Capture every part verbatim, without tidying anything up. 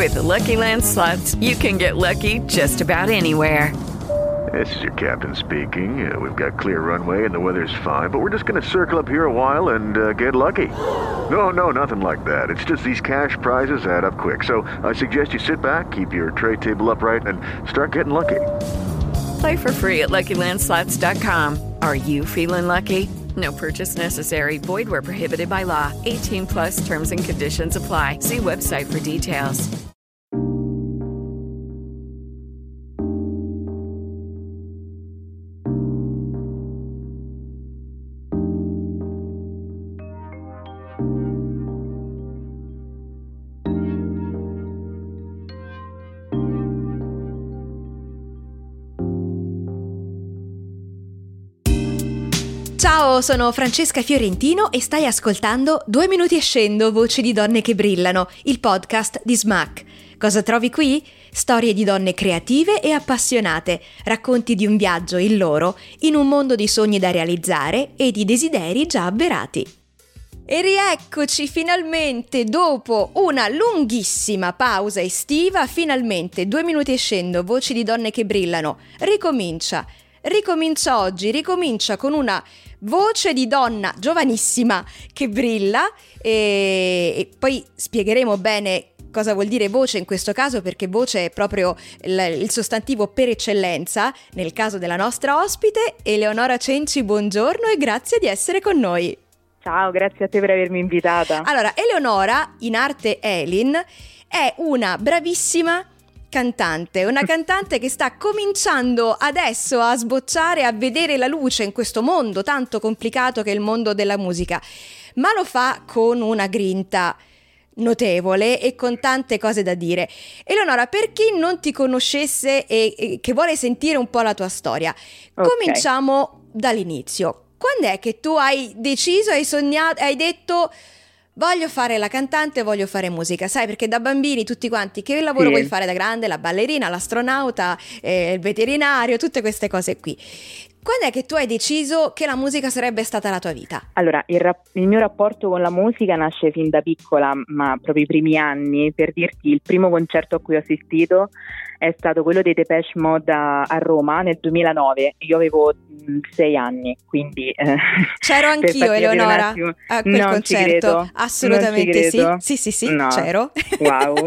With the Lucky Land Slots, you can get lucky just about anywhere. This is your captain speaking. Uh, we've got clear runway and the weather's fine, but we're just going to circle up here a while and uh, get lucky. No, no, nothing like that. It's just these cash prizes add up quick. So I suggest you sit back, keep your tray table upright, and start getting lucky. Play for free at Lucky Land Slots dot com. Are you feeling lucky? No purchase necessary. Void where prohibited by law. eighteen plus terms and conditions apply. See website for details. Ciao, sono Francesca Fiorentino e stai ascoltando Due minuti e scendo, voci di donne che brillano, il podcast di Smack. Cosa trovi qui? Storie di donne creative e appassionate, racconti di un viaggio, il loro, in un mondo di sogni da realizzare e di desideri già avverati. E rieccoci finalmente dopo una lunghissima pausa estiva, finalmente Due minuti e scendo, voci di donne che brillano, ricomincia. Ricomincia oggi, ricomincia con una voce di donna giovanissima che brilla e, e poi spiegheremo bene cosa vuol dire voce in questo caso, perché voce è proprio il, il sostantivo per eccellenza nel caso della nostra ospite. Eleonora Cenci, buongiorno e grazie di essere con noi. Ciao, grazie a te per avermi invitata. Allora, Eleonora, in arte Elin, è una bravissima cantante, una cantante che sta cominciando adesso a sbocciare, a vedere la luce in questo mondo tanto complicato che è il mondo della musica, ma lo fa con una grinta notevole e con tante cose da dire. Eleonora, per chi non ti conoscesse e, e che vuole sentire un po' la tua storia, okay. Cominciamo dall'inizio. Quando è che tu hai deciso, hai sognato, hai detto voglio fare la cantante, voglio fare musica? Sai, perché da bambini tutti quanti, che lavoro sì. vuoi fare da grande? La ballerina, l'astronauta, eh, il veterinario, tutte queste cose qui. Quando è che tu hai deciso che la musica sarebbe stata la tua vita? Allora, il, rap- il mio rapporto con la musica nasce fin da piccola, ma proprio i primi anni. Per dirti, il primo concerto a cui ho assistito è stato quello dei Depeche Mode a, a Roma nel duemilanove. Io avevo mh, sei anni, quindi eh, c'ero anch'io, Eleonora, a quel non concerto. Assolutamente sì. Sì, sì, sì, no. C'ero. Wow.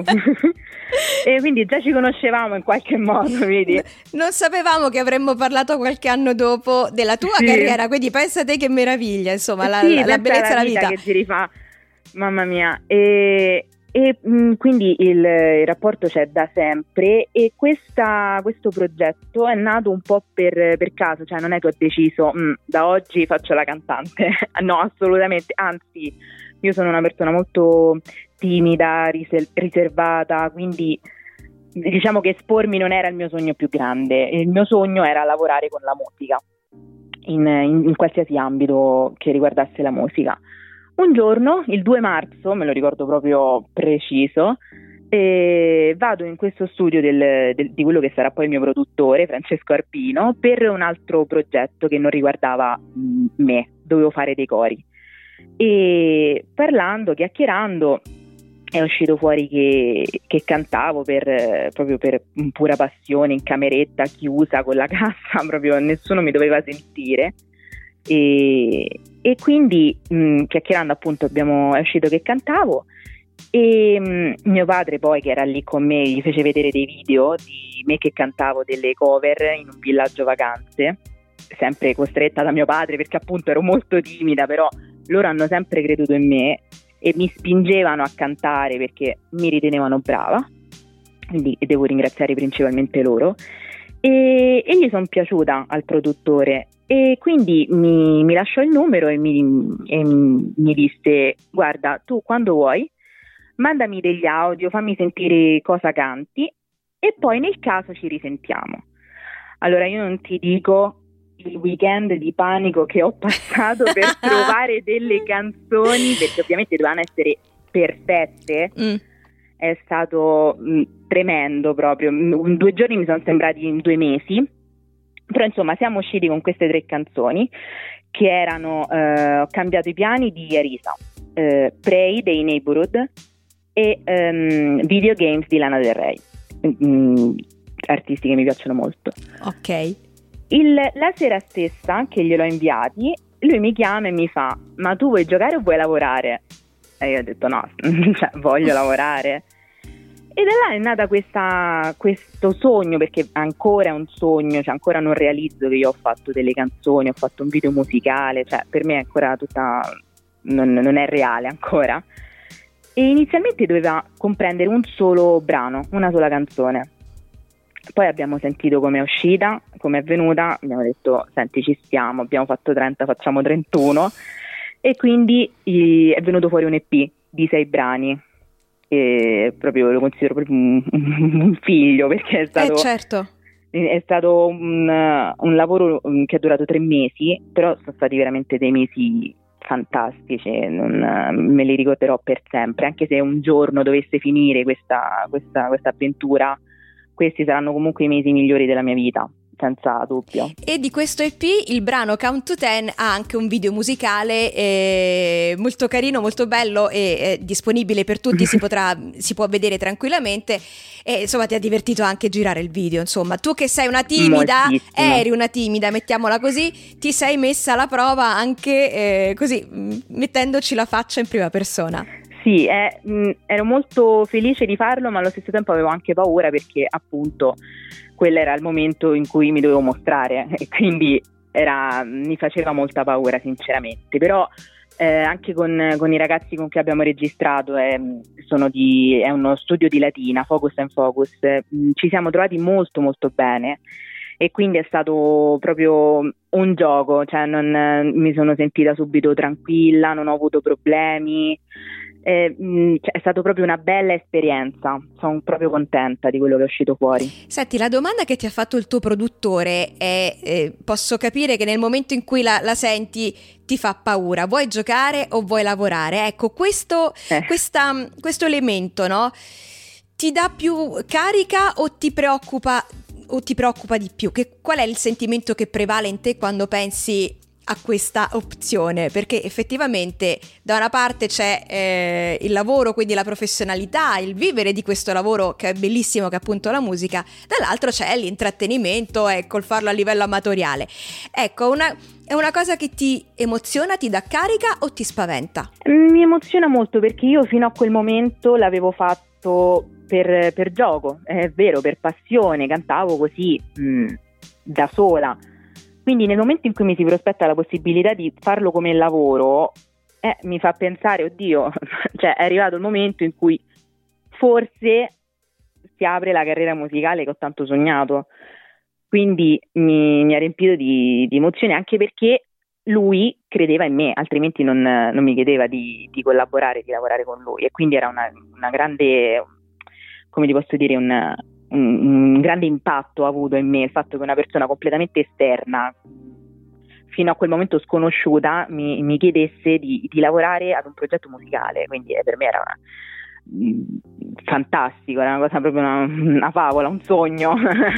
E quindi già ci conoscevamo in qualche modo, vedi? Non sapevamo che avremmo parlato qualche anno dopo della tua sì. carriera, quindi pensa te che meraviglia, insomma, la, sì, la, la bellezza della vita. che ti rifà, mamma mia. E, e mh, quindi il, il rapporto c'è da sempre e questa, questo progetto è nato un po' per, per caso, cioè non è che ho deciso da oggi faccio la cantante, no, assolutamente, anzi io sono una persona molto timida, ris- riservata, quindi diciamo che espormi non era il mio sogno più grande. Il mio sogno era lavorare con la musica in, in, in qualsiasi ambito che riguardasse la musica. Un giorno, il due marzo, me lo ricordo proprio preciso, e vado in questo studio del, del, di quello che sarà poi il mio produttore, Francesco Arpino, per un altro progetto che non riguardava mh, me, dovevo fare dei cori. E parlando, chiacchierando, è uscito fuori che, che cantavo per, proprio per pura passione, in cameretta chiusa con la cassa, proprio nessuno mi doveva sentire. E, e quindi mh, chiacchierando appunto abbiamo, è uscito che cantavo e mh, mio padre poi, che era lì con me, gli fece vedere dei video di me che cantavo delle cover in un villaggio vacanze, sempre costretta da mio padre perché appunto ero molto timida, però loro hanno sempre creduto in me e mi spingevano a cantare perché mi ritenevano brava, quindi devo ringraziare principalmente loro. E, e gli sono piaciuta al produttore e quindi mi, mi lasciò il numero e mi, e mi disse: guarda, tu quando vuoi mandami degli audio, fammi sentire cosa canti e poi nel caso ci risentiamo. Allora io non ti dico il weekend di panico che ho passato per trovare delle canzoni, perché ovviamente dovevano essere perfette. mm. È stato mh, tremendo proprio, in due giorni mi sono sembrati in due mesi, però insomma siamo usciti con queste tre canzoni che erano eh, Ho cambiato i piani di Arisa, eh, Pray dei Neighborhood e um, Video Games di Lana Del Rey, mm, artisti che mi piacciono molto. Ok. Il, la sera stessa che gliel'ho inviati, lui mi chiama e mi fa: ma tu vuoi giocare o vuoi lavorare? E io ho detto no, cioè, voglio lavorare. E da là è nata questa, questo sogno, perché ancora è un sogno, cioè ancora non realizzo che io ho fatto delle canzoni, ho fatto un video musicale, cioè per me è ancora tutta, non, non è reale ancora. E inizialmente doveva comprendere un solo brano, una sola canzone. Poi abbiamo sentito come è uscita, come è venuta, abbiamo detto senti ci stiamo, abbiamo fatto trenta, facciamo trentuno, e quindi è venuto fuori un E P di sei brani. E proprio lo considero proprio un, un figlio, perché è stato, eh, certo. è stato un, un lavoro che è durato tre mesi, però sono stati veramente dei mesi fantastici, non, me li ricorderò per sempre, anche se un giorno dovesse finire questa, questa, questa avventura, questi saranno comunque i mesi migliori della mia vita, senza dubbio. E di questo E P il brano Count to Ten ha anche un video musicale eh, molto carino, molto bello e eh, disponibile per tutti, si potrà si può vedere tranquillamente e insomma ti ha divertito anche girare il video. Insomma, tu che sei una timida, Moltissimo. eri una timida, mettiamola così, ti sei messa alla prova anche eh, così mettendoci la faccia in prima persona. Sì, eh, mh, ero molto felice di farlo, ma allo stesso tempo avevo anche paura, perché appunto quello era il momento in cui mi dovevo mostrare e quindi era, mi faceva molta paura sinceramente, però eh, anche con, con i ragazzi con cui abbiamo registrato, eh, sono di, è uno studio di Latina, Focus and Focus, mh, ci siamo trovati molto molto bene e quindi è stato proprio un gioco, cioè non, mi sono sentita subito tranquilla, non ho avuto problemi. Eh, mh, cioè, è stata proprio una bella esperienza, sono proprio contenta di quello che è uscito fuori. Senti, la domanda che ti ha fatto il tuo produttore è, eh, posso capire che nel momento in cui la, la senti ti fa paura, vuoi giocare o vuoi lavorare? Ecco, questo, eh. questa, questo elemento, no? Ti dà più carica o ti preoccupa, o ti preoccupa di più? Che, qual è il sentimento che prevale in te quando pensi a questa opzione? Perché effettivamente da una parte c'è eh, il lavoro, quindi la professionalità, il vivere di questo lavoro che è bellissimo, che è appunto la musica, dall'altro c'è l'intrattenimento, ecco, il farlo a livello amatoriale. Ecco, una, è una cosa che ti emoziona, ti dà carica o ti spaventa? Mi emoziona molto, perché io fino a quel momento l'avevo fatto per, per gioco, è vero, per passione, cantavo così mh, da sola. Quindi nel momento in cui mi si prospetta la possibilità di farlo come lavoro, eh, mi fa pensare, oddio, cioè è arrivato il momento in cui forse si apre la carriera musicale che ho tanto sognato. Quindi mi, mi ha riempito di, di emozione, anche perché lui credeva in me, altrimenti non, non mi chiedeva di, di collaborare, di lavorare con lui. E quindi era una, una grande, come ti posso dire, un... Un, un grande impatto ha avuto in me il fatto che una persona completamente esterna, fino a quel momento sconosciuta, mi, mi chiedesse di, di lavorare ad un progetto musicale. Quindi eh, per me era una, mh, fantastico, era una cosa proprio una, una favola, un sogno.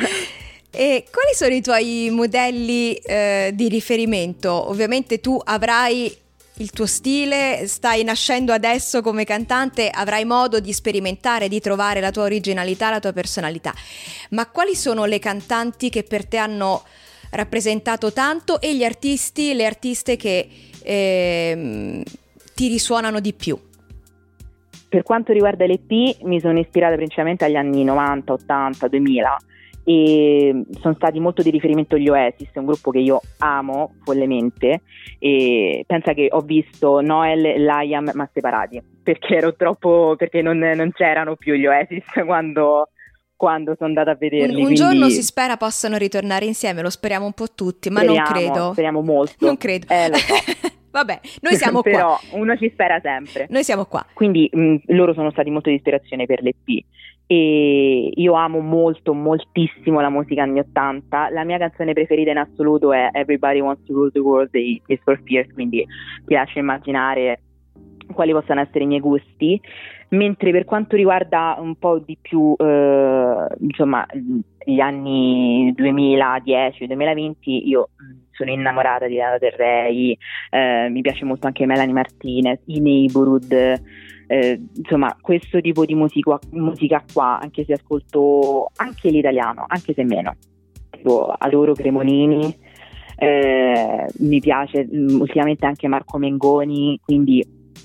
E quali sono i tuoi modelli eh, di riferimento? Ovviamente tu avrai il tuo stile, stai nascendo adesso come cantante, avrai modo di sperimentare, di trovare la tua originalità, la tua personalità. Ma quali sono le cantanti che per te hanno rappresentato tanto e gli artisti, le artiste che eh, ti risuonano di più? Per quanto riguarda l'E P, mi sono ispirata principalmente agli anni novanta, ottanta, duemila. E sono stati molto di riferimento gli Oasis, un gruppo che io amo follemente, e pensa che ho visto Noel e Liam ma separati, perché ero troppo perché non, non c'erano più gli Oasis quando, quando sono andata a vederli. Un, un quindi... giorno si spera possano ritornare insieme, lo speriamo un po' tutti, ma speriamo, non credo. Speriamo molto. Non credo. Eh, lo so. Vabbè, noi siamo qua. Però uno ci spera sempre. Noi siamo qua. Quindi mh, loro sono stati molto di ispirazione per l'E P. E io amo molto, moltissimo la musica anni ottanta. La mia canzone preferita in assoluto è Everybody Wants to Rule the World dei Tears for Fears, quindi ti lascio immaginare quali possano essere i miei gusti. Mentre per quanto riguarda un po' di più eh, insomma gli anni duemiladieci duemilaventi, io sono innamorata di Lana Del Rey, eh, mi piace molto anche Melanie Martinez, i Neighborhood, eh, insomma questo tipo di musica, musica qua, anche se ascolto anche l'italiano, anche se meno, tipo adoro Cremonini, eh, mi piace mh, ultimamente anche Marco Mengoni, quindi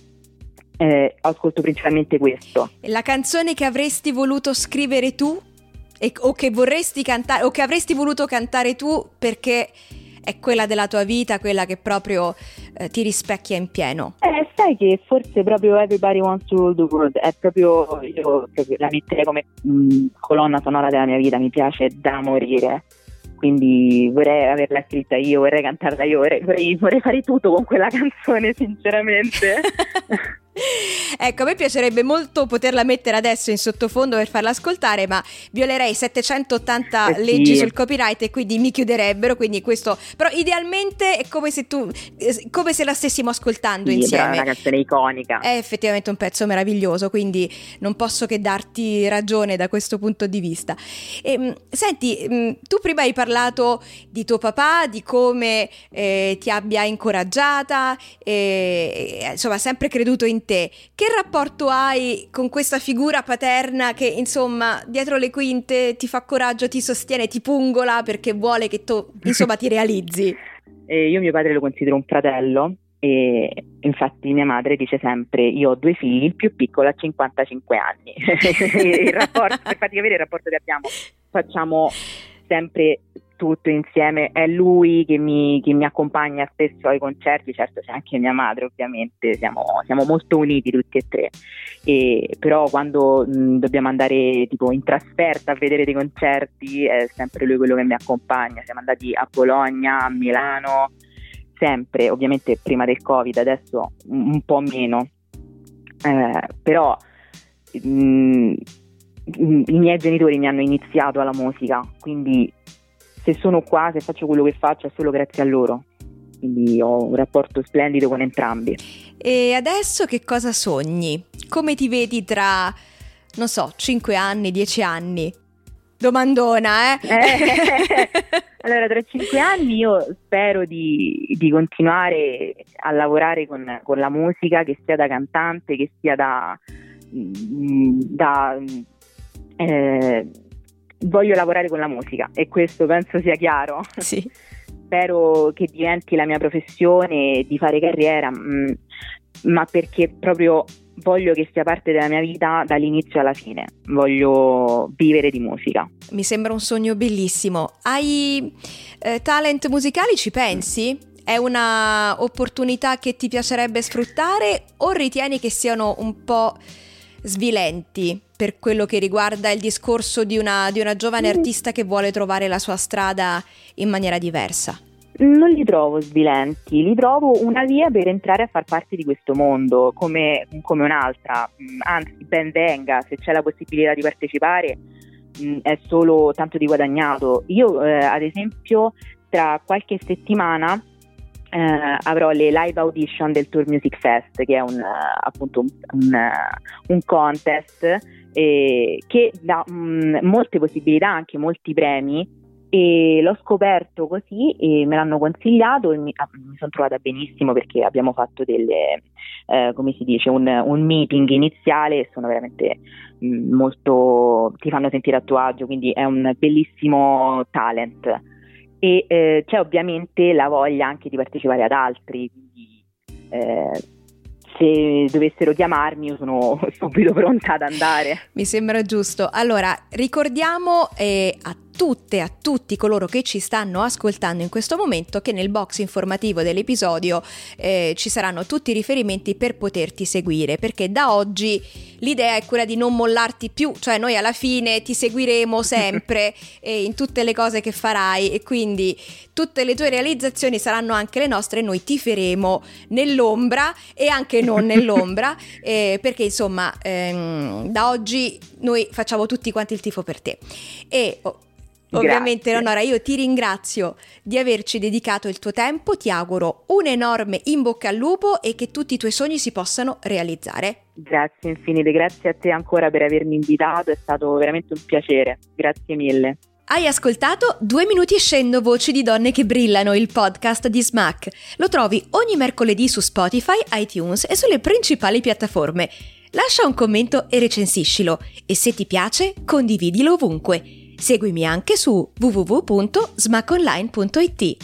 eh, ascolto principalmente questo. La canzone che avresti voluto scrivere tu e, o che vorresti cantare o che avresti voluto cantare tu perché è quella della tua vita, quella che proprio eh, ti rispecchia in pieno? Eh, sai che forse proprio Everybody Wants to Rule the World è proprio, io proprio la metterei come mh, colonna sonora della mia vita, mi piace da morire, quindi vorrei averla scritta io, vorrei cantarla io, vorrei, vorrei, vorrei fare tutto con quella canzone, sinceramente. Ecco, a me piacerebbe molto poterla mettere adesso in sottofondo per farla ascoltare, ma violerei settecentottanta eh sì. leggi sul copyright e quindi mi chiuderebbero, quindi questo, però idealmente è come se tu come se la stessimo ascoltando sì, insieme. È una canzone iconica. È effettivamente un pezzo meraviglioso, quindi non posso che darti ragione da questo punto di vista. E, senti, tu prima hai parlato di tuo papà, di come eh, ti abbia incoraggiata, e, e, insomma, sempre creduto in te. Che rapporto hai con questa figura paterna che, insomma, dietro le quinte ti fa coraggio, ti sostiene, ti pungola perché vuole che tu, insomma, ti realizzi? Eh, io mio padre lo considero un fratello e infatti mia madre dice sempre: io ho due figli, il più piccolo ha cinquantacinque anni. Il rapporto, per farti capire il rapporto che abbiamo, facciamo sempre tutto insieme, è lui che mi, che mi accompagna spesso ai concerti, certo c'è anche mia madre ovviamente, siamo, siamo molto uniti tutti e tre, e, però quando mh, dobbiamo andare tipo in trasferta a vedere dei concerti è sempre lui quello che mi accompagna, siamo andati a Bologna, a Milano, sempre, ovviamente prima del Covid, adesso un, un po' meno, eh, però mh, i miei genitori mi hanno iniziato alla musica, quindi se sono qua, se faccio quello che faccio è solo grazie a loro, quindi ho un rapporto splendido con entrambi. E adesso che cosa sogni? Come ti vedi tra, non so, cinque anni, dieci anni? Domandona, eh? eh allora, tra cinque anni io spero di, di continuare a lavorare con, con la musica, che sia da cantante, che sia da... da eh, voglio lavorare con la musica e questo penso sia chiaro. Sì. Spero che diventi la mia professione, di fare carriera, mh, ma perché proprio voglio che sia parte della mia vita dall'inizio alla fine. Voglio vivere di musica. Mi sembra un sogno bellissimo. Hai eh, talent musicali, ci pensi? È una opportunità che ti piacerebbe sfruttare o ritieni che siano un po' svilenti per quello che riguarda il discorso di una, di una giovane artista che vuole trovare la sua strada in maniera diversa? Non li trovo svilenti, li trovo una via per entrare a far parte di questo mondo come, come un'altra, anzi ben venga, se c'è la possibilità di partecipare mh, è solo tanto di guadagnato. Io eh, ad esempio tra qualche settimana Uh, avrò le live audition del Tour Music Fest, che è un, uh, appunto un, un, uh, un contest eh, che dà um, molte possibilità, anche molti premi, e l'ho scoperto così e me l'hanno consigliato e mi, ah, mi sono trovata benissimo perché abbiamo fatto delle, uh, come si dice, un, un meeting iniziale e sono veramente um, molto, ti fanno sentire a tuo agio, quindi è un bellissimo talent. E eh, c'è ovviamente la voglia anche di partecipare ad altri, quindi eh, se dovessero chiamarmi io sono subito pronta ad andare. Mi sembra giusto. Allora, ricordiamo eh, a tutte e a tutti coloro che ci stanno ascoltando in questo momento che nel box informativo dell'episodio eh, ci saranno tutti i riferimenti per poterti seguire, perché da oggi l'idea è quella di non mollarti più, cioè noi alla fine ti seguiremo sempre eh, in tutte le cose che farai e quindi tutte le tue realizzazioni saranno anche le nostre, noi tiferemo nell'ombra e anche non nell'ombra eh, perché insomma ehm, da oggi noi facciamo tutti quanti il tifo per te e oh, ovviamente Eleonora, io ti ringrazio di averci dedicato il tuo tempo, ti auguro un enorme in bocca al lupo e che tutti i tuoi sogni si possano realizzare. Grazie infinite, grazie a te ancora per avermi invitato, è stato veramente un piacere, grazie mille. Hai ascoltato Due minuti e scendo, voci di donne che brillano, il podcast di Smack. Lo trovi ogni mercoledì su Spotify, iTunes e sulle principali piattaforme. lascia un commento e recensiscilo e se ti piace condividilo ovunque. Seguimi anche su w w w punto smackonline punto i t.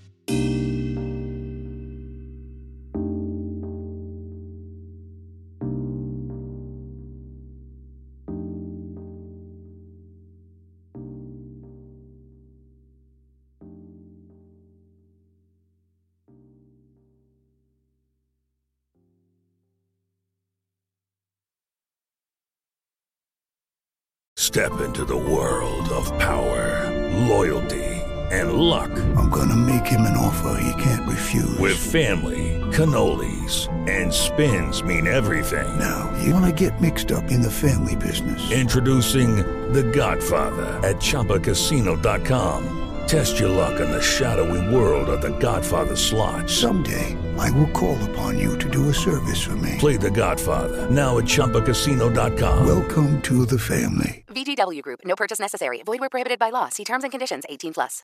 Step into the world of power, loyalty, and luck. I'm gonna make him an offer he can't refuse. With family, cannolis, and spins mean everything. Now, you wanna get mixed up in the family business. Introducing The Godfather at Chumba Casino dot com. Test your luck in the shadowy world of The Godfather slot. Someday, I will call upon you to do a service for me. Play The Godfather, now at Chumba Casino dot com. Welcome to the family. V G W Group. No purchase necessary. Void where prohibited by law. See terms and conditions. eighteen plus.